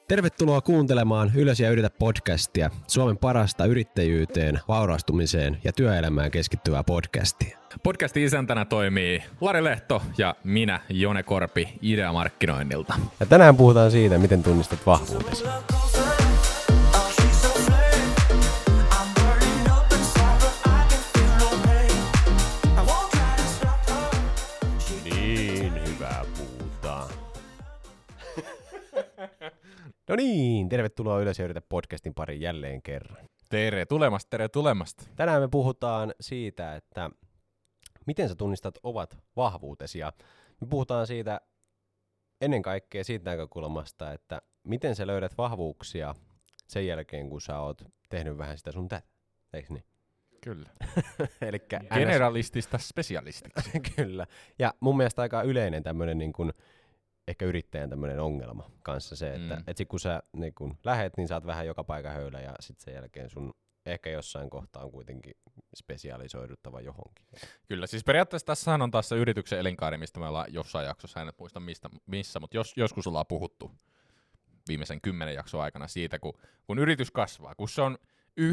Tervetuloa kuuntelemaan Ylös ja yritä podcastia, Suomen parasta yrittäjyyteen, vaurastumiseen ja työelämään keskittyvää podcastia. Podcastin isäntänä toimii Lari Lehto ja minä, Jone Korpi, Ideamarkkinoinnilta. Ja tänään puhutaan siitä, miten tunnistat vahvuutesi. Niin hyvää puhutaan. No niin, tervetuloa Ylös ja yritä podcastin pariin jälleen kerran. Tere tulemasta. Tänään me puhutaan siitä, että miten sä tunnistat ovat vahvuutesi, ja me puhutaan siitä ennen kaikkea siitä näkökulmasta, että miten sä löydät vahvuuksia sen jälkeen, kun sä oot tehnyt vähän sitä sun tätä, eikö niin? Kyllä. Elikkä generalistista spesialistiksi. Kyllä. Ja mun mielestä aika yleinen tämmönen niin kuin ehkä yrittäjän tämmönen ongelma kanssa se, että et sit kun sä niin kun lähet, niin saat vähän joka paikan höylä ja sit sen jälkeen sun ehkä jossain kohtaa on kuitenkin spesialisoiduttava johonkin. Kyllä, siis periaatteessa tässähän on taas se yrityksen elinkaari, mistä me ollaan jossain jaksossa, en muista missä, mutta joskus ollaan puhuttu viimeisen 10 jakson aikana siitä, kun yritys kasvaa, kun se on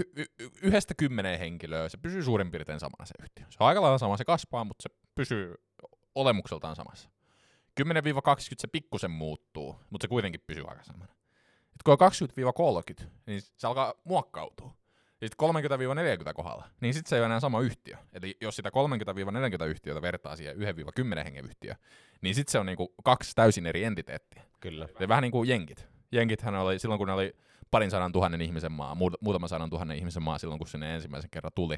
1-10 henkilöä, se pysyy suurin piirtein samana se yhtiö. Se on aika lailla sama, se kasvaa, mutta se pysyy olemukseltaan samassa. 10-20 se pikkusen muuttuu, mutta se kuitenkin pysyy aika samana. Et kun on 20-30, niin se alkaa muokkautua. Ja sitten 30-40 kohdalla, niin sitten se ei ole enää sama yhtiö. Eli jos sitä 30-40 yhtiötä vertaa siihen 1-10 hengen yhtiö, niin sitten se on niinku 2 täysin eri entiteettiä. Kyllä. Se vähän niin kuin jenkit. Jenkithän oli silloin, kun ne oli parin 100 000 ihmisen maa, muutaman 100 000 ihmisen maa silloin, kun sinne ensimmäisen kerran tuli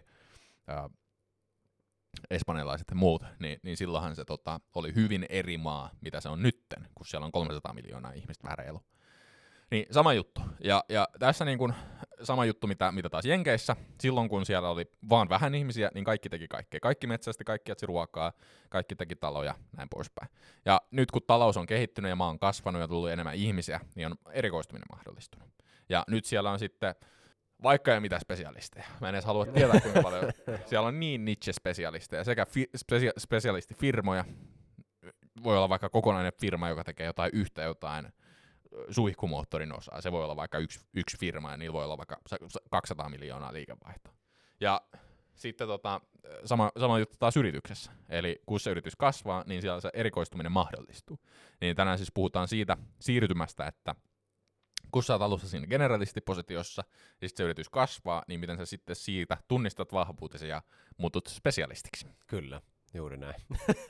espanjalaiset ja muut, niin silloinhan se oli hyvin eri maa, mitä se on nytten, kun siellä on 300 miljoonaa ihmistä vähän reilu. Niin sama juttu. Ja tässä niin kuin sama juttu, mitä taas Jenkeissä, silloin kun siellä oli vaan vähän ihmisiä, niin kaikki teki kaikkea. Kaikki metsästi, kaikki etsi ruokaa, kaikki teki taloja, näin poispäin. Ja nyt kun talous on kehittynyt ja maa on kasvanut ja tullut enemmän ihmisiä, niin on erikoistuminen mahdollistunut. Ja nyt siellä on sitten vaikka ja mitä spesialisteja. Mä en edes halua tietää, kuinka paljon. Siellä on niin niche-spesialisteja, sekä spesialistifirmoja, voi olla vaikka kokonainen firma, joka tekee jotain suihkumoottorin osaa. Se voi olla vaikka yksi firma, ja niillä voi olla vaikka 200 miljoonaa liikevaihtoa. Ja sitten sama juttu taas yrityksessä. Eli kun se yritys kasvaa, niin siellä se erikoistuminen mahdollistuu. Niin tänään siis puhutaan siitä siirtymästä, että kun sä oot alussa siinä generalistipositiossa, ja sitten se yritys kasvaa, niin miten sä sitten siitä tunnistat vahvuutesi ja muutut spesialistiksi. Kyllä, juuri näin.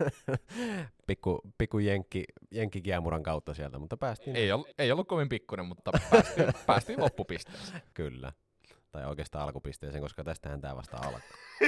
pikku jenkki kiemuran kautta sieltä, mutta päästiin. Ei ollut kovin pikkuinen, mutta päästiin loppupisteeseen. Kyllä. Tai oikeastaan alkupisteeseen, koska tästähän tää vasta alkaa.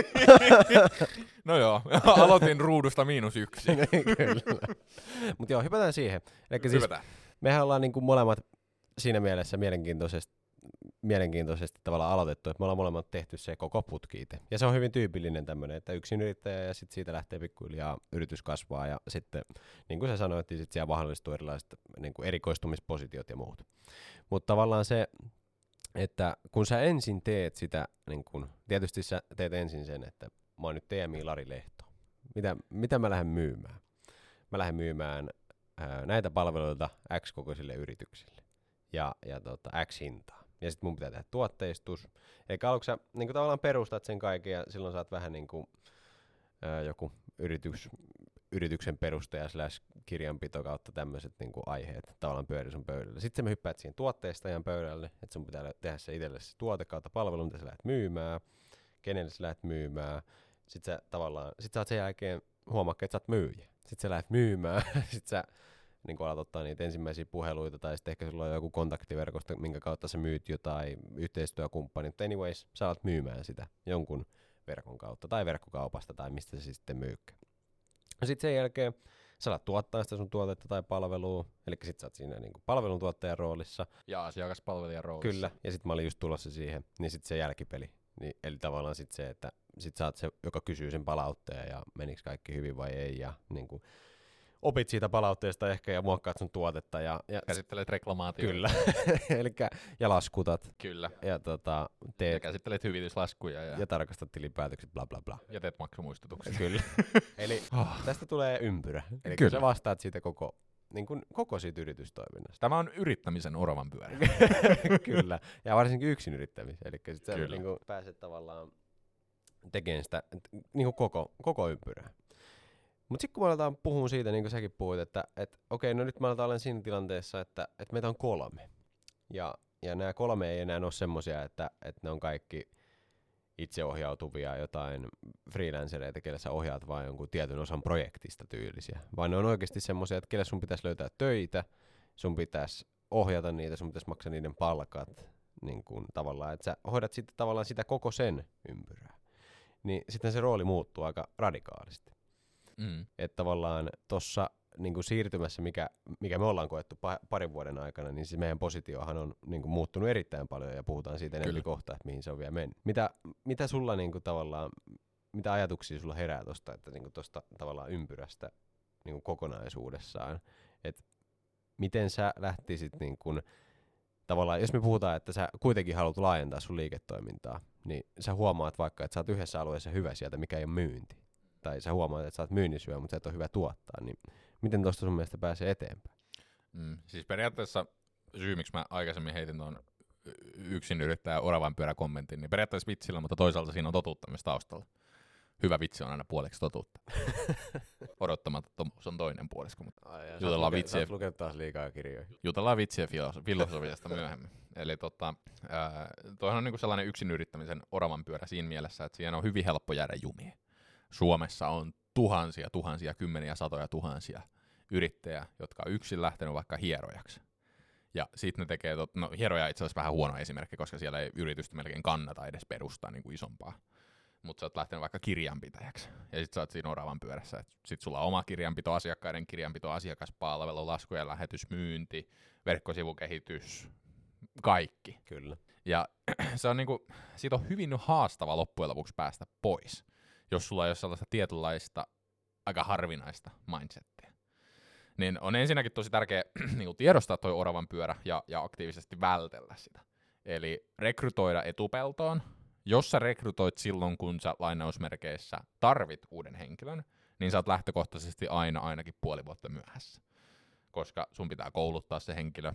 No joo, aloitin ruudusta -1. Kyllä. Mutta joo, hypätään siihen. Elikkä siis mehän ollaan niinku molemmat siinä mielessä mielenkiintoisesti tavallaan aloitettu, että me ollaan molemmat tehty se koko putki itse. Ja se on hyvin tyypillinen tämmöinen, että yksin yrittäjä ja sitten siitä lähtee pikkuhiljaa yritys kasvaa ja sitten, niin kuin sä sanoit, niin sitten siellä mahdollistuu erilaiset niin kuin erikoistumispositiot ja muut. Mutta tavallaan se, että kun sä ensin teet sitä, niin kun, tietysti sä teet ensin sen, että mä oon nyt TMI Lari Lehto. Mitä mä lähden myymään? Mä lähden myymään näitä palveluita X-kokoisille yrityksille ja X hintaa. Ja sitten mun pitää tehdä tuotteistus. Eli aluksi sä niin tavallaan perustat sen kaiken ja silloin saat vähän niin kuin joku yrityksen perustaja / kirjanpito kautta tämmöiset niin kuin aiheet tavallaan pyörii sun pöydällä. Sitten me hyppäät siihen tuotteistajan pöydälle, että sun pitää tehdä se itselle se tuote kautta palvelu, mitä sä lähdet myymään, kenelle sä lähdet myymään. Sitten sä oot sen jälkeen huomaakka, että sä oot myyjä. Sitten sä lähdet myymään, sitten sä niin alat ottaa niitä ensimmäisiä puheluita, tai sitten ehkä sulla on joku kontaktiverkosto, minkä kautta sä myyt jotain yhteistyökumppani. Mutta anyways, sä alat myymään sitä jonkun verkon kautta, tai verkkokaupasta, tai mistä se sitten myykään. Sitten sen jälkeen sä alat tuottaa sitä sun tuotetta tai palvelua, eli sit sä oot siinä niin palveluntuottajan roolissa. Ja asiakaspalvelijan roolissa. Kyllä, ja sitten mä olin just tulossa siihen, niin sitten se jälkipeli. Niin, eli tavallaan sitten se, että sit sä oot se, joka kysyy sen palautteen, ja menikö kaikki hyvin vai ei, ja niin kuin opit siitä palautteesta ehkä ja muokkaat sun tuotetta. Ja käsittelet reklamaatioita. Kyllä, elikkä ja laskutat. Kyllä. Ja ja käsittelet hyvityslaskuja. Ja tarkastat tilinpäätökset, bla bla bla. Ja teet maksumuistutukset. Kyllä. Eli tästä tulee ympyrä. Eli kyllä. Sä vastaat siitä koko niin kuin koko siitä yritystoiminnasta. Tämä on yrittämisen oravan pyörä. Kyllä, ja varsinkin yksin yrittämistä. Eli sitten Kyllä. niin kuin pääset tavallaan tekemään sitä niin kuin koko ympyrää. Mutta sitten kun me aletaan puhua siitä, niin kuin säkin puhuit, että okei, no nyt me aletaan olla siinä tilanteessa, että meitä on 3. Ja nämä 3 ei enää ole semmoisia, että ne on kaikki itseohjautuvia jotain freelancereita, kelle sä ohjaat vain jonkun tietyn osan projektista tyylisiä. Vaan ne on oikeasti semmoisia, että kelle sun pitäisi löytää töitä, sun pitäisi ohjata niitä, sun pitäisi maksaa niiden palkat, niin kuin tavallaan, että sä hoidat sitten tavallaan sitä koko sen ympyrää. Niin sitten se rooli muuttuu aika radikaalisti. Että tavallaan tuossa niin kuin siirtymässä, mikä me ollaan koettu parin vuoden aikana, niin se meidän positiohan on niin kuin muuttunut erittäin paljon ja puhutaan siitä enemmän kohta, että mihin se on vielä mennyt. Mitä sulla niin kuin tavallaan, mitä ajatuksia sulla herää tuosta, että niin kuin tuosta tavallaan ympyrästä niin kuin kokonaisuudessaan, että miten sä lähtisit niin kuin, tavallaan, jos me puhutaan, että sä kuitenkin haluat laajentaa sun liiketoimintaa, niin sä huomaat vaikka, että sä oot yhdessä alueessa hyvä sieltä, mikä ei ole myynti. Tai sä huomaat, että sä oot myynnisyö, mutta sä et ole hyvä tuottaa, niin miten tuosta sun mielestä pääsee eteenpäin? Siis periaatteessa syy, miksi mä aikaisemmin heitin tuon yksin yrittäjä oravan pyöräkommentin, niin periaatteessa vitsillä, mutta toisaalta siinä on totuutta myös taustalla. Hyvä vitsi on aina puoleksi totuutta. Odottamattomuus on toinen puolisko, mutta jutellaan vitsiä. Sä oot lukenut taas liikaa kirjoja. Jutellaan vitsiä filosofiasta myöhemmin. Eli toihan on niinku sellainen yksin yrittämisen oravan pyörä siinä mielessä, että siinä on hyvin helppo jäädä jumiin. Suomessa on tuhansia, kymmeniä, satoja tuhansia yrittäjää, jotka on yksin lähtenyt vaikka hierojaksi. Ja sitten ne tekee, hieroja itse asiassa vähän huono esimerkki, koska siellä ei yritystä melkein kannata edes perustaa niin kuin isompaa. Mutta sä oot lähtenyt vaikka kirjanpitäjäksi, ja sit sä oot siinä oravan pyörässä. Sit sulla on oma kirjanpito, asiakkaiden kirjanpito, asiakaspalvelu, laskujen lähetys, myynti, verkkosivukehitys, kaikki. Kyllä. Ja se on niinku, siitä on hyvin haastava loppujen lopuksi päästä pois, jos sulla ei ole sellaista tietynlaista, aika harvinaista mindsettiä. Niin on ensinnäkin tosi tärkeä niin tiedostaa toi oravan pyörä ja aktiivisesti vältellä sitä. Eli rekrytoida etupeltoon. Jos sä rekrytoit silloin, kun sä lainausmerkeissä tarvit uuden henkilön, niin sä oot lähtökohtaisesti ainakin puoli vuotta myöhässä. Koska sun pitää kouluttaa se henkilö,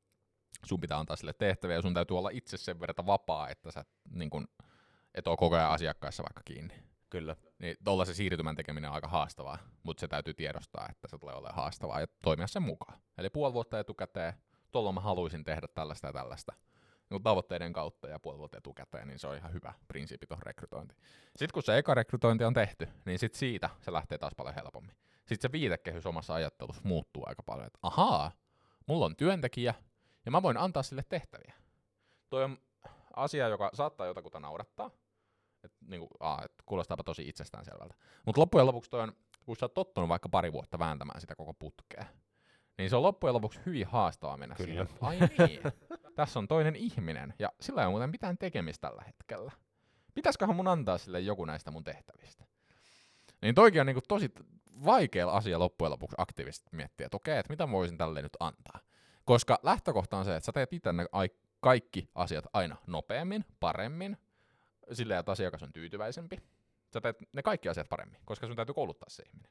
sun pitää antaa sille tehtäviä ja sun täytyy olla itse sen verran vapaa, että sä niin kun, et oo koko ajan asiakkaissa vaikka kiinni. Kyllä. Niin tuolla se siirtymän tekeminen on aika haastavaa, mutta se täytyy tiedostaa, että se tulee olemaan haastavaa ja toimia sen mukaan. Eli puoli vuotta etukäteen, tuolla mä haluaisin tehdä tällaista ja tällaista. Niin tavoitteiden kautta ja puoli vuotta etukäteen, niin se on ihan hyvä prinsiipi tuohon rekrytointiin. Sitten kun se eka rekrytointi on tehty, niin sit siitä se lähtee taas paljon helpommin. Sitten se viitekehys omassa ajattelussa muuttuu aika paljon, että ahaa, mulla on työntekijä ja mä voin antaa sille tehtäviä. Toi on asia, joka saattaa jotakuta naurattaa. Niinku, kuulostaapa tosi itsestäänselvältä. Mutta loppujen lopuksi toi on, kun sä oot tottunut vaikka pari vuotta vääntämään sitä koko putkea, niin se on loppujen lopuksi hyvin haastavaa mennä siihen. Ai niin, tässä on toinen ihminen, ja sillä ei ole muuten mitään tekemistä tällä hetkellä. Pitäisiköhän mun antaa sille joku näistä mun tehtävistä? Niin toikin on niinku tosi vaikea asia loppujen lopuksi aktiivisesti miettiä, että okei, että mitä mä voisin tälle nyt antaa. Koska lähtökohta on se, että sä teet itse ne kaikki asiat aina nopeammin, paremmin, silleen, että asiakas on tyytyväisempi. Sä teet ne kaikki asiat paremmin, koska sun täytyy kouluttaa se ihminen.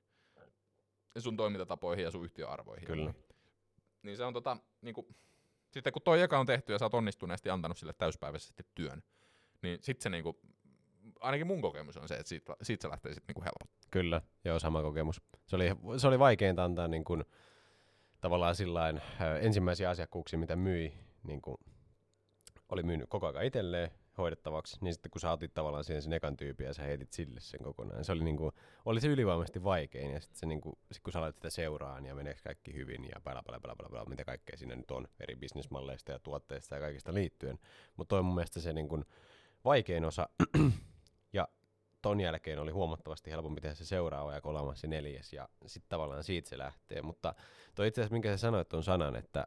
Sun toimintatapoihin ja sun yhtiöarvoihin. Kyllä. Niin se on niinku, sitten kun toi eka on tehty ja sä oot onnistuneesti antanut sille täyspäiväisesti työn, niin sit se niinku, ainakin mun kokemus on se, että siitä se lähtee sit niinku helpottaa. Kyllä, joo, sama kokemus. Se oli vaikeinta antaa niin kuin, tavallaan sillain ensimmäisiä asiakkuuksia, mitä myi, niin kuin, oli myynyt koko ajan itselleen hoidettavaksi, niin sitten kun sä otit tavallaan siihen sen ekan tyypin ja sä heitit sille sen kokonaan, se oli, niin kuin, oli se ylivoimaisesti vaikein, ja sitten niin kun sä aloit sitä seuraan ja meneekö kaikki hyvin ja mitä kaikkea siinä nyt on eri bisnismalleista ja tuotteista ja kaikista liittyen, mutta toi on mun mielestä se niin kuin vaikein osa, ja ton jälkeen oli huomattavasti helpompi tehdä se seuraava ja kolmas ja neljäs, ja sitten tavallaan siitä se lähtee, mutta toi itse asiassa, minkä sä sanoit ton sanan, että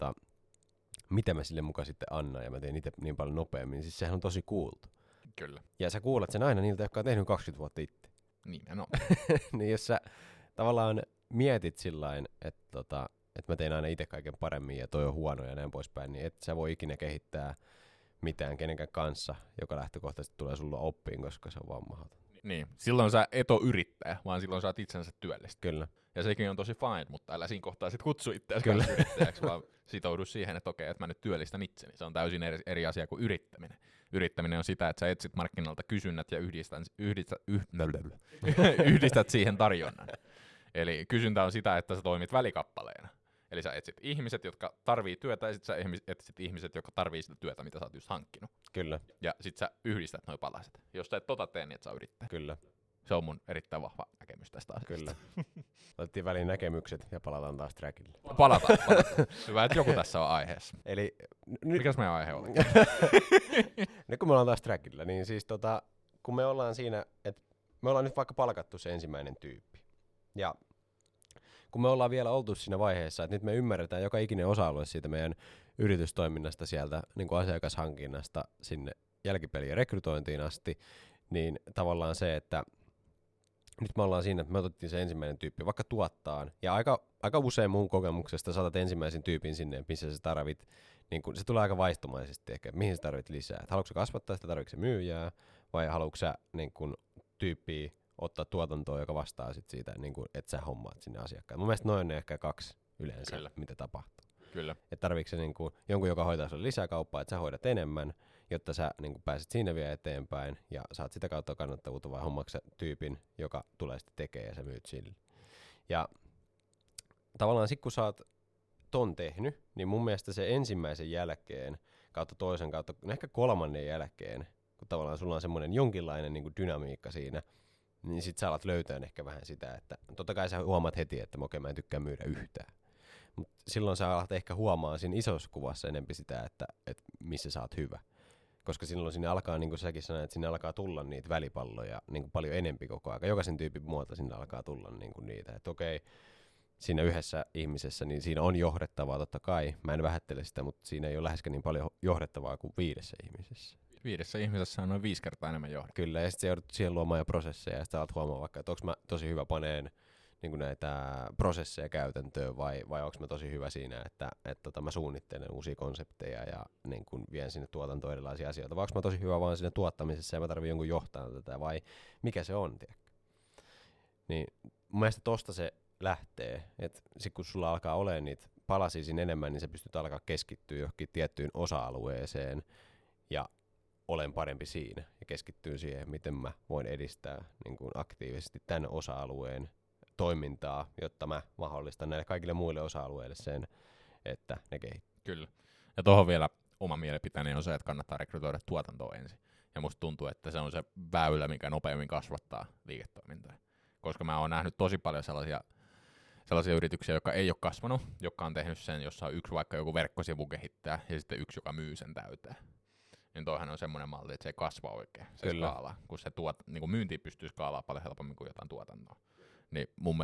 mitä mä sille mukaan sitten annan, ja mä teen itse niin paljon nopeammin, niin siis sehän on tosi kuultu. Kyllä. Ja sä kuulet sen aina niiltä, jotka on tehnyt 20 vuotta itse. Nimenomaan. Niin jos sä tavallaan mietit sillain, että mä teen aina itse kaiken paremmin ja toi on huono ja näin poispäin, niin et sä voi ikinä kehittää mitään kenenkään kanssa, joka lähtökohtaisesti tulee sulla oppiin, koska se on vaan mahdoton. Niin, silloin sä et ole yrittäjä, vaan silloin sä oot itsensä työllistä. Kyllä. Ja sekin on tosi fine, mutta älä siinä kohtaa sit kutsu itseäsi Kyllä. yrittäjäksi, vaan sitoudu siihen, että okei, että mä nyt työllistän itseni. Se on täysin eri asia kuin yrittäminen. Yrittäminen on sitä, että sä etsit markkinoilta kysynnät ja yhdistät siihen tarjonnan. Eli kysyntä on sitä, että sä toimit välikappaleena. Eli sä etsit ihmiset, jotka tarvii työtä, ja sit sä etsit ihmiset, jotka tarvii sitä työtä, mitä sä oot just hankkinut. Kyllä. Ja sit sä yhdistät noi palaset. Jos sä et tee, niin et saa yrittää. Kyllä. Se on mun erittäin vahva näkemys tästä asiasta. Kyllä. Otettiin väliin näkemykset ja palataan taas trackille. Palataan. Hyvä, että joku tässä on aiheessa. Eli Mikäs meidän aihe oli? nyt kun me ollaan taas trackillä, niin siis kun me ollaan siinä, että me ollaan nyt vaikka palkattu se ensimmäinen tyyppi. Ja kun me ollaan vielä oltu siinä vaiheessa, että nyt me ymmärretään joka ikinen osa-alue siitä meidän yritystoiminnasta sieltä niin kuin asiakashankinnasta sinne jälkipelien rekrytointiin asti, niin tavallaan se, että nyt me ollaan siinä, että me otettiin se ensimmäinen tyyppi vaikka tuottaan, ja aika usein mun kokemuksesta saatat ensimmäisen tyypin sinne, missä sä tarvit, niin kun, se tulee aika vaihtomaisesti ehkä, mihin sä tarvit lisää. Et haluatko sä kasvattaa sitä, tarvitsetko sä myyjää, vai haluatko sä niin kun, tyyppiä ottaa tuotantoa, joka vastaa sit siitä, niin kun, että sä hommaat sinne asiakkaan. Mun mielestä noin on ehkä 2 yleensä, Kyllä. mitä tapahtuu. Kyllä. Että tarvitsetko sä niin kun, jonkun, joka hoitaa sulle lisää kauppaa, että sä hoidat enemmän, jotta sä niin kun pääset siinä vielä eteenpäin ja saat sitä kautta kannattavuutta, vai hommaatko sä tyypin, joka tulee sitten tekemään ja sä myyt sille. Ja tavallaan sit kun sä oot ton tehnyt, niin mun mielestä se ensimmäisen jälkeen, kautta toisen kautta, ehkä kolmannen jälkeen, kun tavallaan sulla on semmoinen jonkinlainen niin kuin dynamiikka siinä, niin sit sä alat löytää ehkä vähän sitä, että totta kai sä huomaat heti, että okei, mä en tykkää myydä yhtään. Mut silloin sä alat ehkä huomaa siinä isossa kuvassa enemmän sitä, että missä sä oot hyvä. Koska silloin sinne alkaa, niin kuin säkin sanoit, että sinne alkaa tulla niitä välipalloja niin kuin paljon enempi koko ajan. Jokaisen tyypin muoto sinne alkaa tulla niin kuin niitä. Että okei, siinä yhdessä ihmisessä, niin siinä on johdettavaa totta kai. Mä en vähättele sitä, mutta siinä ei ole läheskään niin paljon johdettavaa kuin 5 ihmisessä. 5 ihmisessä on noin 5 kertaa enemmän johdetta. Kyllä, ja sitten sä joudut siihen luomaan jo prosesseja, ja sitten alat huomaa vaikka, että onko mä tosi hyvä paneen niin kuin näitä prosesseja käytäntöön, vai onko mä tosi hyvä siinä, että mä suunnittelen uusia konsepteja ja niin kuin vien sinne tuotantoon erilaisia asioita, vai onko mä tosi hyvä vaan siinä tuottamisessa ja mä tarvitsen jonkun johtajan tätä, vai mikä se on, tiedätkö? Niin mun mielestä tosta se lähtee, että sit kun sulla alkaa olemaan niitä palasia siinä enemmän, niin sä pystyt alkaa keskittyä johonkin tiettyyn osa-alueeseen ja olen parempi siinä ja keskittyy siihen, miten mä voin edistää niin kuin aktiivisesti tämän osa-alueen toimintaa, jotta mä mahdollistan näille kaikille muille osa-alueille sen, että ne kehittyy. Kyllä. Ja tuohon vielä oma mielipiteeni on se, että kannattaa rekrytoida tuotantoa ensin. Ja musta tuntuu, että se on se väylä, mikä nopeammin kasvattaa liiketoimintaa. Koska mä oon nähnyt tosi paljon sellaisia yrityksiä, jotka ei ole kasvanut, jotka on tehnyt sen, jossa on yksi vaikka joku verkkosivu kehittää ja sitten yksi, joka myy sen täyteen. Niin toihan on semmoinen malli, että se ei kasva oikein, se skaalaa, kun se niin myynti pystyy skaalaamaan paljon helpommin kuin jotain tuotantoa. Niin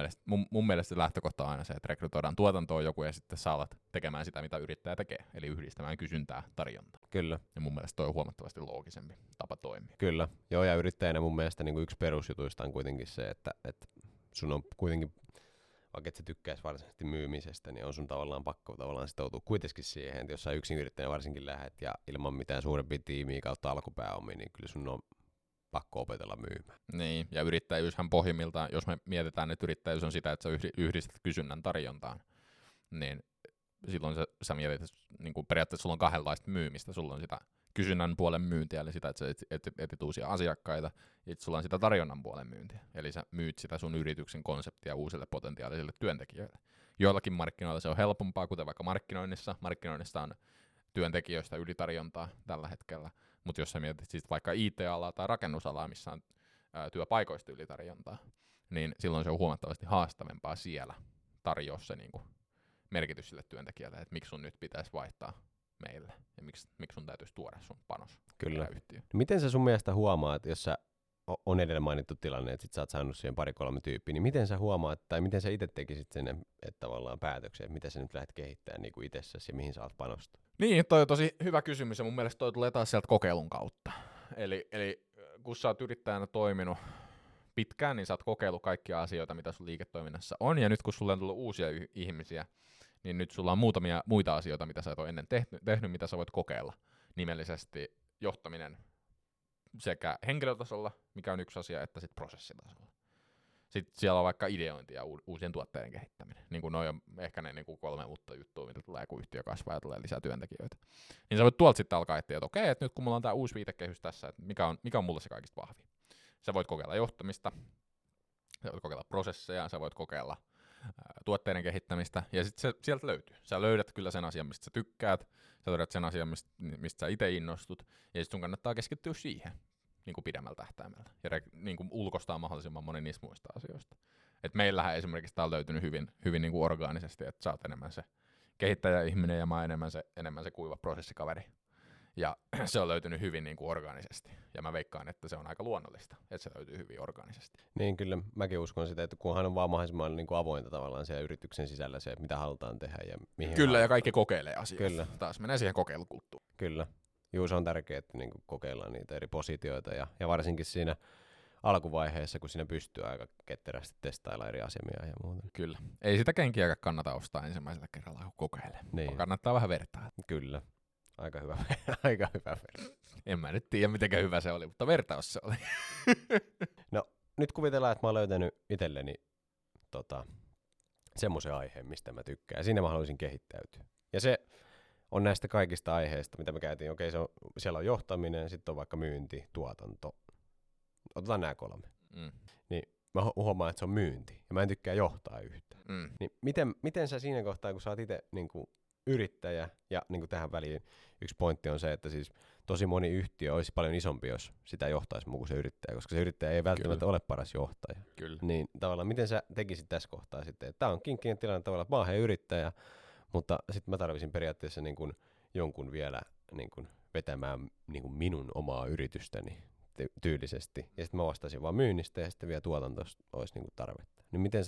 mun mielestä lähtökohta on aina se, että rekrytoidaan tuotantoa joku ja sitten sä alat tekemään sitä, mitä yrittäjä tekee, eli yhdistämään kysyntää tarjontaa. Kyllä. Ja mun mielestä toi on huomattavasti loogisempi tapa toimia. Kyllä. Joo, ja yrittäjänä mun mielestä niin kuin yksi perusjutuista on kuitenkin se, että sun on kuitenkin, vaikka et sä tykkäis varsinaisesti myymisestä, niin on sun tavallaan pakko sitoutua kuitenkin siihen, että jos sä yksin yrittäjänä varsinkin lähet ja ilman mitään suurempia tiimiä kautta alkupääomia, niin kyllä sun on pakko opetella myymään. Niin, ja yrittäjyyshän pohjimmiltaan, jos me mietitään, että yrittäjyys on sitä, että sä yhdistät kysynnän tarjontaan, niin silloin sä mietit, että niin kuin periaatteessa sulla on 2 myymistä. Sulla on sitä kysynnän puolen myyntiä, eli sitä, että sä etit uusia asiakkaita, ja sitten sulla on sitä tarjonnan puolen myyntiä. Eli sä myyt sitä sun yrityksen konseptia uusille potentiaalisille työntekijöille. Joillakin markkinoilla se on helpompaa, kuten vaikka markkinoinnissa. Markkinoinnissa on työntekijöistä ylitarjontaa tällä hetkellä. Mutta jos sä mietit siis vaikka IT-alaa tai rakennusalaa, missä on työpaikoista ylitarjontaa, niin silloin se on huomattavasti haastavempaa siellä tarjoa se niinku merkitys sille työntekijälle, että miksi sun nyt pitäisi vaihtaa meille ja miksi sun täytyisi tuoda sun panos. Kyllä. Miten sä sun mielestä huomaat, jos sä on edellä mainittu tilanne, että sit sä oot saanut siihen 2-3 tyyppiä, niin miten sä huomaat, tai miten sä itse tekisit sen, että tavallaan päätöksen, että mitä sä nyt lähdet kehittämään niin kuin itsessäsi ja mihin sä oot panostaa? Niin, toi on tosi hyvä kysymys ja mun mielestä toi tulee taas sieltä kokeilun kautta. Eli kun sä oot yrittäjänä toiminut pitkään, niin sä oot kokeillut kaikkia asioita, mitä sun liiketoiminnassa on, ja nyt kun sulle on tullut uusia ihmisiä, niin nyt sulla on muutamia muita asioita, mitä sä et ole ennen tehnyt, mitä sä voit kokeilla. Nimellisesti johtaminen sekä henkilötasolla, mikä on yksi asia, että sitten prosessitasolla. Sitten siellä on vaikka ideointi ja uusien tuotteiden kehittäminen. Niin kuin noi on ehkä ne niin kuin 3 uutta juttua, mitä tulee, kun yhtiö kasvaa ja tulee lisää työntekijöitä. Niin sä voit tuolta sitten alkaa etsiä, että okei, että nyt kun mulla on tämä uusi viitekehys tässä, että mikä on mulle se kaikista vahvin. Sä voit kokeilla johtamista, sä voit kokeilla prosesseja, sä voit kokeilla tuotteiden kehittämistä, ja sitten se sieltä löytyy. Sä löydät kyllä sen asian, mistä sä tykkäät, sä löydät sen asian, mistä sä itse innostut, ja sitten sun kannattaa keskittyä siihen niin kuin pidemmällä tähtäimellä, ja niin kuin ulkostaa mahdollisimman moni niistä muista asioista. Et meillähän esimerkiksi tää on löytynyt hyvin niin kuin orgaanisesti, että sä oot enemmän se kehittäjäihminen, ja mä oon enemmän se kuiva prosessikaveri. Ja se on löytynyt hyvin niin kuin orgaanisesti. Ja mä veikkaan, että se on aika luonnollista, että se löytyy hyvin orgaanisesti. Niin kyllä, mäkin uskon sitä, että kunhan on vaan mahdollisimman niin kuin avointa tavallaan siellä yrityksen sisällä se, että mitä halutaan tehdä ja mihin. Kyllä, ja kaikki kokeilee asioita. Kyllä. Taas menee siihen kokeilukulttuuriin. Kyllä. Juu, se on tärkeää, että niin kuin kokeillaan niitä eri positioita ja varsinkin siinä alkuvaiheessa, kun siinä pystyy aika ketterästi testailla eri asemia ja muuta. Kyllä. Ei sitä kenkiäkään kannata ostaa ensimmäisellä kerralla, kun kokeilee. Niin. Kannattaa vähän vertaa. Kyllä. Aika hyvä, aika hyvä vertaus. En mä nyt tiedä, miten hyvä se oli, mutta vertaus se oli. No, nyt kuvitellaan, että mä oon löytänyt itselleni semmoisen aiheen, mistä mä tykkään. Ja siinä mä haluaisin kehittäytyä. Ja se on näistä kaikista aiheista, mitä me käytiin. Okei, siellä on johtaminen, sitten on vaikka myynti, tuotanto. Otetaan nämä 3. Niin mä huomaan, että se on myynti. Ja mä en tykkää johtaa yhtään. Niin miten sä siinä kohtaa, kun sä oot itse niin kuin yrittäjä, ja niin kuin tähän väliin yksi pointti on se, että siis tosi moni yhtiö olisi paljon isompi, jos sitä johtaisi muu kuin se yrittäjä, koska se yrittäjä ei välttämättä ole paras johtaja. Kyllä. Niin tavallaan miten sä tekisit tässä kohtaa sitten, että tää on kinkkinen tilanne tavallaan, että mä oon yrittäjä, mutta sitten mä tarvisin periaatteessa niin kuin jonkun vielä niin kuin vetämään niin kuin minun omaa yritystäni tyylisesti, ja sitten mä vastaisin vaan myynnistä, ja sitten vielä tuotantosta olisi niin kuin tarvetta. Niin miten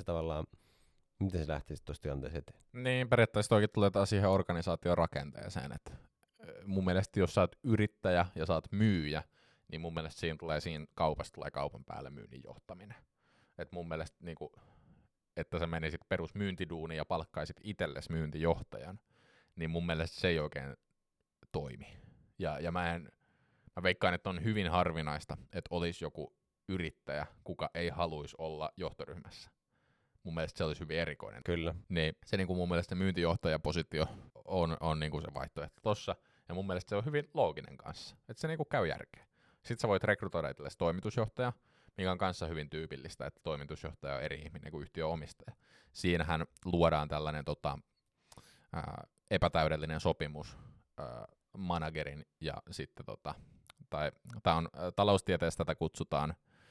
se lähtisi tuosta tilanteesta eteen? Niin, periaatteessa toikin tulee taas siihen organisaation rakenteeseen, että mun mielestä jos sä oot yrittäjä ja sä oot myyjä, niin mun mielestä siinä kaupasta tulee kaupan päälle myynnin johtaminen. Et mun mielestä niinku, että sä menisit perusmyyntiduuniin ja palkkaisit itsellesi myyntijohtajan, niin mun mielestä se ei oikein toimi. Ja mä veikkaan, että on hyvin harvinaista, että olisi joku yrittäjä, kuka ei haluaisi olla johtoryhmässä. Mun mielestä se olisi hyvin erikoinen. Kyllä. Niin se niin kuin mun mielestä myyntijohtajapositio on niin kuin se vaihtoehto tossa. Ja mun mielestä se on hyvin looginen kanssa. Että se niin kuin käy järkeä. Sitten sä voit rekrytoida itsellesi toimitusjohtaja, mikä on kanssa hyvin tyypillistä, että toimitusjohtaja on eri ihminen kuin yhtiön omistaja. Siinähän luodaan tällainen epätäydellinen sopimus managerin ja sitten tai tää on taloustieteessä tätä kutsutaan,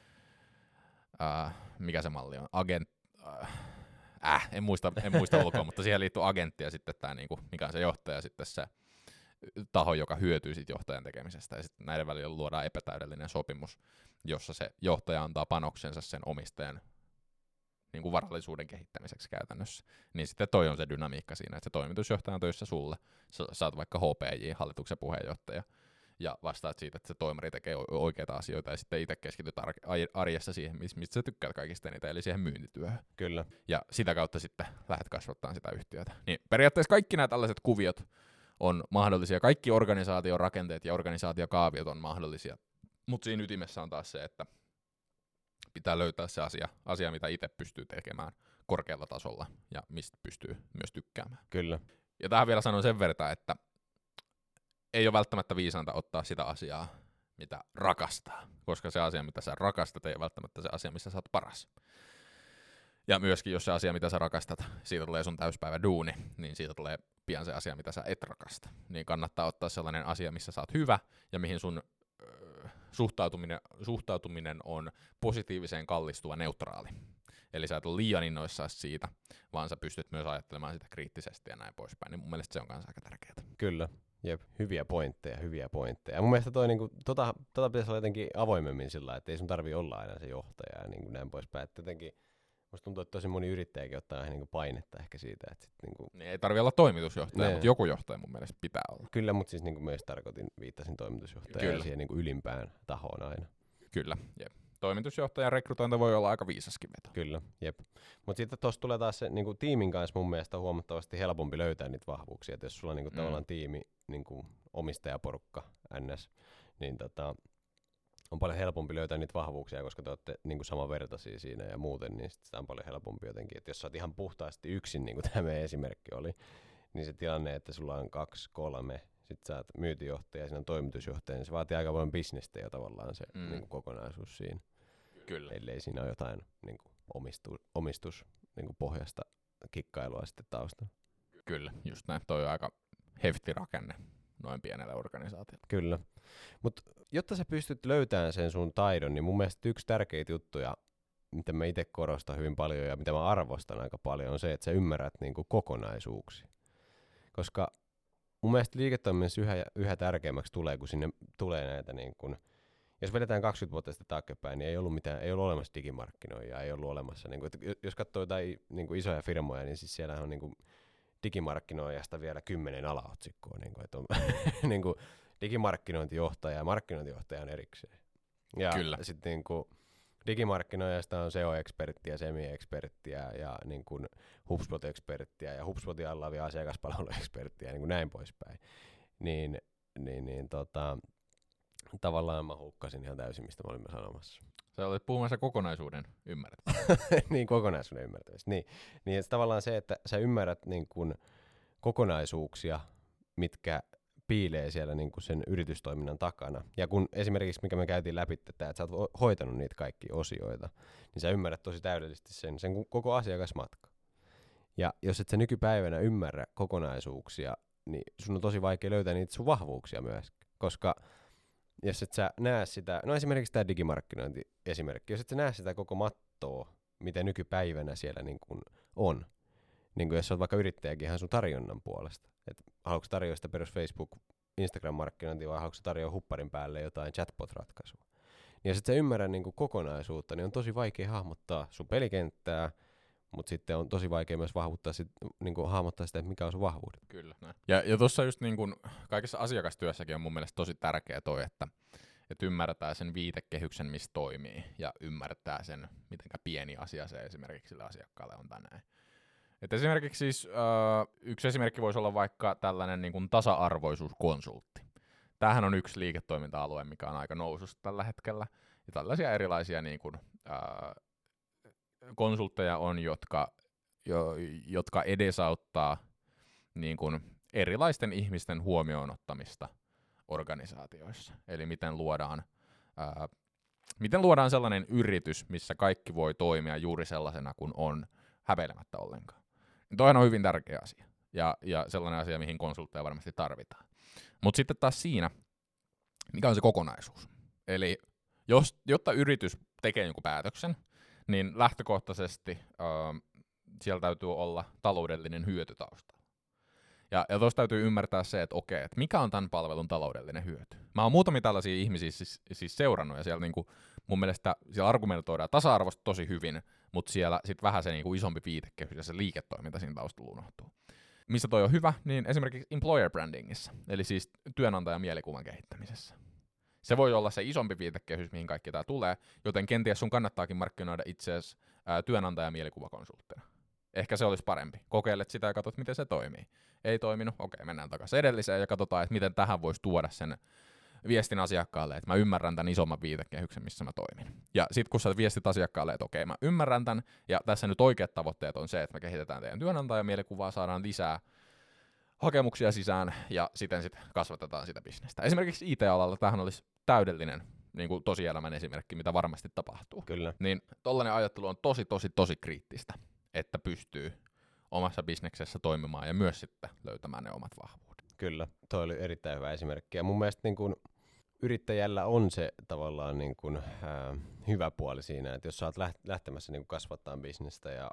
mikä se malli on, en muista ulkoa, mutta siihen liittyy agentti ja sitten tämä, niinku, mikä on se johtaja, sitten se taho, joka hyötyy siitä johtajan tekemisestä. Ja sitten näiden välillä luodaan epätäydellinen sopimus, jossa se johtaja antaa panoksensa sen omistajan niinku varallisuuden kehittämiseksi käytännössä. Niin sitten toi on se dynamiikka siinä, että se toimitusjohtaja on töissä sulle. Sä oot vaikka HPJ, hallituksen puheenjohtaja, ja vastaat siitä, että se toimari tekee oikeita asioita, ja sitten itse keskityt arjessa siihen, mistä sä tykkäät kaikista eniten, eli siihen myyntityöhön. Kyllä. Ja sitä kautta sitten lähdet kasvattamaan sitä yhtiötä. Niin periaatteessa kaikki nämä tällaiset kuviot on mahdollisia, kaikki organisaation rakenteet ja organisaatiokaaviot on mahdollisia, mutta siinä ytimessä on taas se, että pitää löytää se asia, mitä itse pystyy tekemään korkealla tasolla, ja mistä pystyy myös tykkäämään. Kyllä. Ja tähän vielä sanon sen verran, että ei ole välttämättä viisainta ottaa sitä asiaa, mitä rakastaa, koska se asia, mitä sä rakastat, ei ole välttämättä se asia, missä sä oot paras. Ja myöskin, jos se asia, mitä sä rakastat, siitä tulee sun täyspäivä duuni, niin siitä tulee pian se asia, mitä sä et rakasta. Niin kannattaa ottaa sellainen asia, missä sä oot hyvä, ja mihin sun suhtautuminen on positiiviseen kallistuva neutraali. Eli sä et ole liian innoissaan siitä, vaan sä pystyt myös ajattelemaan sitä kriittisesti ja näin poispäin. Niin mun mielestä se on kanssa aika tärkeää. Kyllä. Jep, hyviä pointteja. Ja mun mielestä toi niinku, pitäisi olla jotenkin avoimemmin sillä, että ei sun tarvii olla aina se johtaja ja niinku näin poispäin. Että jotenkin, musta tuntuu, että tosi moni yrittäjäkin ottaa niinku painetta ehkä siitä, että sit niinku. Niin ei tarvii olla toimitusjohtaja, mutta joku johtaja mun mielestä pitää olla. Kyllä, mutta siis niinku myös viittasin toimitusjohtajaan ja siihen niinku ylimpään tahoon aina. Kyllä, jep. Toimitusjohtajan rekrytointi voi olla aika viisaskin veto. Kyllä, jep. Mutta sitten tuossa tulee taas se niinku tiimin kanssa mun mielestä huomattavasti helpompi löytää niitä vahvuuksia. Et jos sulla on niinku tavallaan tiimi, niinku omistajaporukka, NS, niin on paljon helpompi löytää niitä vahvuuksia, koska te olette niin kuin samanvertaisia siinä ja muuten, niin sitä on paljon helpompi jotenkin. Että jos sä oot ihan puhtaasti yksin, niin kuin tämä meidän esimerkki oli, niin se tilanne, että sulla on 2, 3, sit sä oot myyntijohtaja ja siinä on toimitusjohtaja, niin se vaatii aika paljon bisnestä jo tavallaan se niin kuin kokonaisuus siinä. Kyllä. Ellei siinä ole jotain niin kuin omistus niin kuin pohjasta kikkailua sitten taustalla. Kyllä, just näin. Toi on aika hefti rakenne noin pienelle organisaatiolle. Kyllä. Mutta jotta sä pystyt löytämään sen sun taidon, niin mun mielestä yksi tärkeitä juttuja, mitä mä itse korostan hyvin paljon ja mitä mä arvostan aika paljon, on se, että sä ymmärrät niinku kokonaisuuksia. Koska mun mielestä liiketoiminnassa yhä tärkeämmäksi tulee, kun sinne tulee näitä, niin kun, jos vedetään 20 vuotta sitten taaksepäin, niin ei ollut olemassa digimarkkinoja, ei ollut olemassa, niin kun, jos katsoo jotain niin kun isoja firmoja, niin siis siellä on niin kun, digimarkkinoijasta vielä 10 alaotsikkoa, niin kun, että on niin kun, digimarkkinointijohtaja ja markkinointijohtaja on erikseen. Ja sitten niin kun, digimarkkinoijasta on SEO-eksperttiä, semi-eksperttiä ja niin kuin HubSpot-eksperttiä ja HubSpotin alla on vielä asiakaspalvelueksperttiä ja niin kuin näin poispäin. Tavallaan mä hukkasin ihan täysin, mistä mä olin sanomassa. Sä olet puhumassa kokonaisuuden ymmärtämistä. Niin, kokonaisuuden ymmärtämistä. Niin että tavallaan se, että sä ymmärrät niin kuin kokonaisuuksia, mitkä piilee siellä niin kuin sen yritystoiminnan takana. Ja kun esimerkiksi, mikä me käytiin läpi tätä, että sä oot hoitanut niitä kaikkia osioita, niin sä ymmärrät tosi täydellisesti sen koko asiakasmatka. Ja jos et sä nykypäivänä ymmärrä kokonaisuuksia, niin sun on tosi vaikea löytää niitä sun vahvuuksia myös. Koska jos et sä näe sitä, no esimerkiksi tämä digimarkkinointi esimerkki, jos et sä näe sitä koko mattoa, mitä nykypäivänä siellä niin kuin on, niin kuin jos sä oot vaikka yrittäjäkin ihan sun tarjonnan puolesta, että haluatko tarjoa sitä perus Facebook, Instagram-markkinointia vai haluatko tarjoa hupparin päälle jotain chatbot-ratkaisua. Niin jos et sä ymmärrä niin kuin kokonaisuutta, niin on tosi vaikea hahmottaa sun pelikenttää, mutta sitten on tosi vaikea myös niin kuin hahmottaa sitä, että mikä on sun vahvuudet. Kyllä. Näin. Ja tuossa just niin kuin kaikessa asiakastyössäkin on mun mielestä tosi tärkeä toi, että ymmärretään sen viitekehyksen, missä toimii, ja ymmärtää sen, mitenkä pieni asia se esimerkiksi sille asiakkaalle on tänään. Et esimerkiksi siis, yksi esimerkki voisi olla vaikka tällainen niin kuin tasa-arvoisuuskonsultti. Tämähän on yksi liiketoiminta-alue, mikä on aika nousussa tällä hetkellä. Ja tällaisia erilaisia niin kuin, konsultteja on, jotka edesauttaa niin kuin erilaisten ihmisten huomioon ottamista organisaatioissa. Eli miten luodaan sellainen yritys, missä kaikki voi toimia juuri sellaisena kuin on, häveilemättä ollenkaan. Toihan on hyvin tärkeä asia, ja sellainen asia, mihin konsultteja varmasti tarvitaan. Mutta sitten taas siinä, mikä on se kokonaisuus. Eli jotta yritys tekee jonkun päätöksen, niin lähtökohtaisesti siellä täytyy olla taloudellinen hyöty taustalla. Ja tuossa täytyy ymmärtää se, että okei, että mikä on tämän palvelun taloudellinen hyöty. Mä oon muutamia tällaisia ihmisiä siis seurannut, ja siellä niinku, mun mielestä siellä argumentoidaan tasa-arvosta tosi hyvin, mutta siellä sitten vähän se niinku isompi viitekehys ja se liiketoiminta siinä taustalla unohtuu. Missä toi on hyvä, niin esimerkiksi employer brandingissa, eli siis työnantajan mielikuvan kehittämisessä. Se voi olla se isompi viitekehys, mihin kaikki tämä tulee, joten kenties sun kannattaakin markkinoida itseäsi työnantajan mielikuvakonsulttina. Ehkä se olisi parempi. Kokeilet sitä ja katsot, miten se toimii. Ei toiminut, okei, mennään takaisin edelliseen ja katsotaan, että miten tähän voisi tuoda sen viestin asiakkaalle, että mä ymmärrän tämän isomman viitekehyksen, missä mä toimin. Ja sit kun sä viestit asiakkaalle, että okei, mä ymmärrän tämän, ja tässä nyt oikeat tavoitteet on se, että me kehitetään teidän työnantajan mielikuvaa, saadaan lisää hakemuksia sisään, ja siten sitten kasvatetaan sitä bisnestä. Esimerkiksi IT-alalla tämähän olisi täydellinen niin kuin tosielämän esimerkki, mitä varmasti tapahtuu. Kyllä. Niin tollainen ajattelu on tosi kriittistä, että pystyy omassa bisneksessä toimimaan ja myös sitten löytämään ne omat vahvuudet. Kyllä, toi oli erittäin hyvä esimerkki. Ja mun mielestä niin kun yrittäjällä on se tavallaan niin kun, hyvä puoli siinä, että jos sä oot lähtemässä niin kun kasvattaa bisnestä ja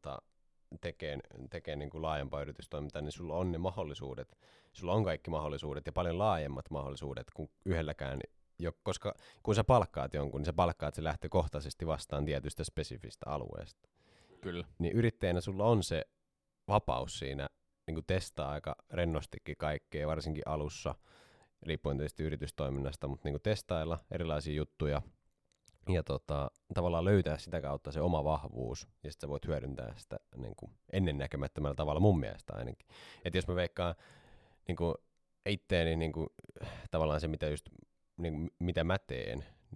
tekee niin kuin laajempaa yritystoimintaa, niin sulla on ne mahdollisuudet, sulla on kaikki mahdollisuudet ja paljon laajemmat mahdollisuudet kuin yhdelläkään, koska kun sä palkkaat jonkun, niin sä palkkaat se lähtökohtaisesti vastaan tietystä spesifistä alueesta. Kyllä. Niin yrittäjänä sulla on se vapaus siinä niin kuin testaa aika rennostikin kaikkea, varsinkin alussa, riippuen tietysti yritystoiminnasta, mutta niin kuin testailla erilaisia juttuja ja tavallaan löytää sitä kautta se oma vahvuus, ja sitten sä voit hyödyntää sitä niin kuin ennennäkemättömällä tavalla mun mielestä ainakin. Että jos mä veikkaan niin kuin itteeni niin kuin, tavallaan se, mitä, just, niin kuin, mitä mä teen,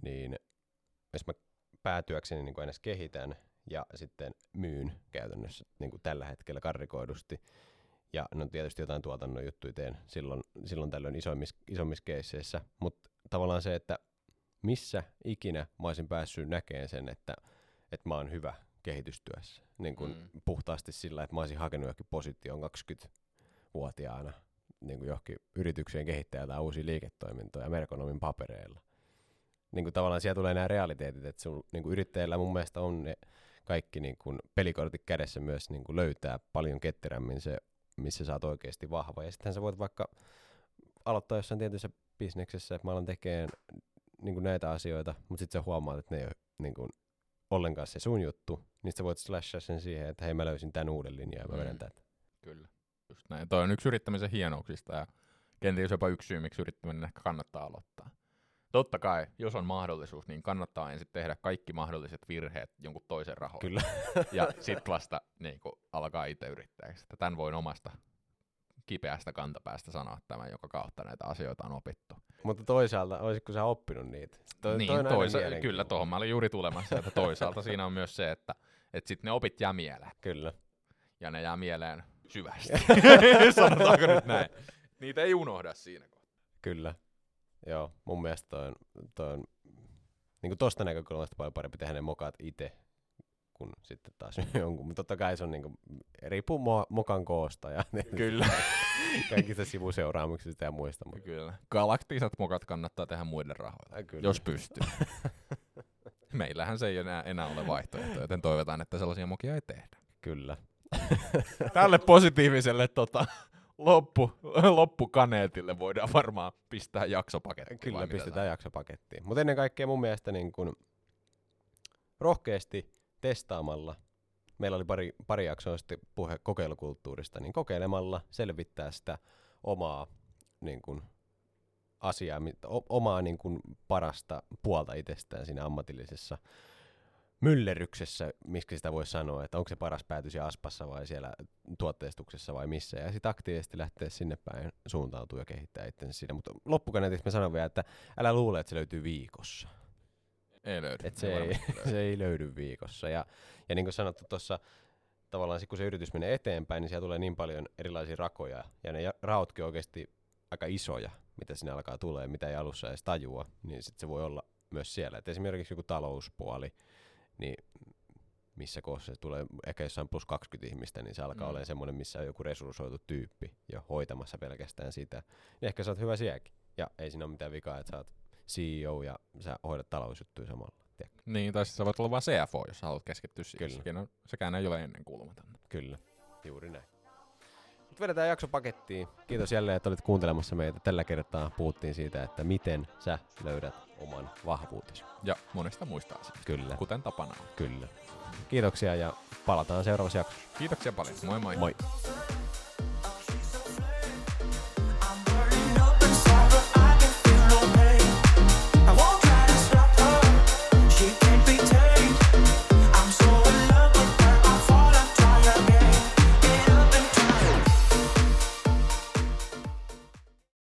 niin jos mä päätyökseni niin edes kehitän ja sitten myyn käytännössä niin kuin tällä hetkellä karrikoidusti. Ja no tietysti jotain tuotannon juttuja teen silloin tällöin isommissa keisseissä, mutta tavallaan se, että missä ikinä mä olisin päässyt näkemään sen, että mä oon hyvä kehitystyössä. Niin kuin puhtaasti sillä, että mä olisin hakenut johonkin positioon 20-vuotiaana niin kuin johonkin yrityksien kehittäjä tai uusia liiketoimintoja Merkonomin papereilla. Niin kuin tavallaan siellä tulee nämä realiteetit, että sun niin kuin yrittäjällä mun mielestä on ne kaikki niin kuin pelikortit kädessä myös niin kuin löytää paljon ketterämmin se, missä sä oot oikeasti vahva. Ja sittenhän sä voit vaikka aloittaa jossain tietyssä bisneksessä, että mä alan tekemään niin kuin näitä asioita, mutta sitten sä huomaat, että ne ei ole niin kuin ollenkaan se sun juttu, niin sä voit slashaa sen siihen, että hei mä löysin tämän uuden linjan ja mä vedän tätä. Kyllä, just näin. Toi on yksi yrittämisen hienouksista ja kenties jopa yksi syy, miksi yrittäminen ehkä kannattaa aloittaa. Totta kai, jos on mahdollisuus, niin kannattaa ensin tehdä kaikki mahdolliset virheet jonkun toisen rahoilla. Kyllä. Ja sit vasta niin kun alkaa itse yrittäjäksi. Tämän voin omasta kipeästä kantapäästä sanoa tämän, joka kautta näitä asioita on opittu. Mutta toisaalta, olisitko sä oppinut niitä? Kyllä, tuohon mä olin juuri tulemassa, että toisaalta siinä on myös se, että sit ne opit jää mieleen. Kyllä. Ja ne jää mieleen syvästi. Sanotaanko nyt näin? Niitä ei unohda siinä kohtaa. Kyllä. Joo, mun mielestä toi on niin kuin tosta näkökulmasta paljon parempi tehdä ne mokat itse, kun sitten taas jonkun. Mutta totta kai se on niin kuin, riippuu mokan koosta ja kyllä. kaikista sivuseuraamuksista ja muista. Mutta. Kyllä. Galaktiset mokat kannattaa tehdä muiden rahoilla, jos pystyy. Meillähän se ei enää ole vaihtoehto, joten toivotaan, että sellaisia mokia ei tehdä. Kyllä. Tälle positiiviselle loppukaneetille voidaan varmaan pistää jaksopakettiin. Kyllä, pistetään jaksopakettiin. Mutta ennen kaikkea mun mielestä niin kun rohkeasti testaamalla, meillä oli pari jaksoa sitten puhe kokeilukulttuurista, niin kokeilemalla selvittää sitä omaa niin kun, asiaa, omaa niin kun, parasta puolta itsestään siinä ammatillisessa myllerryksessä, miksi sitä voi sanoa, että onko se paras pääty siellä Aspassa vai siellä tuotteistuksessa vai missä, ja sitten aktiivisesti lähteä sinne päin suuntautua ja kehittää itsensä siinä. Mutta loppukaneetiksi mä sanon vielä, että älä luule, että se löytyy viikossa. Ei löydy. Et se ei löydy viikossa. Ja niin kuin sanottu tuossa, tavallaan kun se yritys menee eteenpäin, niin siellä tulee niin paljon erilaisia rakoja, ja ne raotkin oikeasti aika isoja, mitä sinne alkaa tulee, mitä ei alussa edes tajua, niin sitten se voi olla myös siellä. Et esimerkiksi joku talouspuoli, niin missä kohdassa se tulee ehkä jossain plus 20 ihmistä, niin se alkaa olemaan semmoinen, missä on joku resurssoitu tyyppi jo hoitamassa pelkästään sitä. Niin ehkä sä oot hyvä sielläkin. Ja ei siinä ole mitään vikaa, että sä oot CEO ja sä hoidat talousjuttuja samalla. Tiedätkö? Niin, tai sä voit olla vaan CFO, jos sä haluat keskittyä siihen. Sekään ei ole ennen kuulumatonta. Kyllä, juuri näin. Nyt vedetään jakso pakettiin. Kiitos jälleen, että olit kuuntelemassa meitä. Tällä kertaa puhuttiin siitä, että miten sä löydät oman vahvuutesi. Ja monesta muista asioista. Kyllä. Kuten tapana on. Kyllä. Kiitoksia ja palataan seuraavassa jaksossa. Kiitoksia paljon. Moi moi. Moi.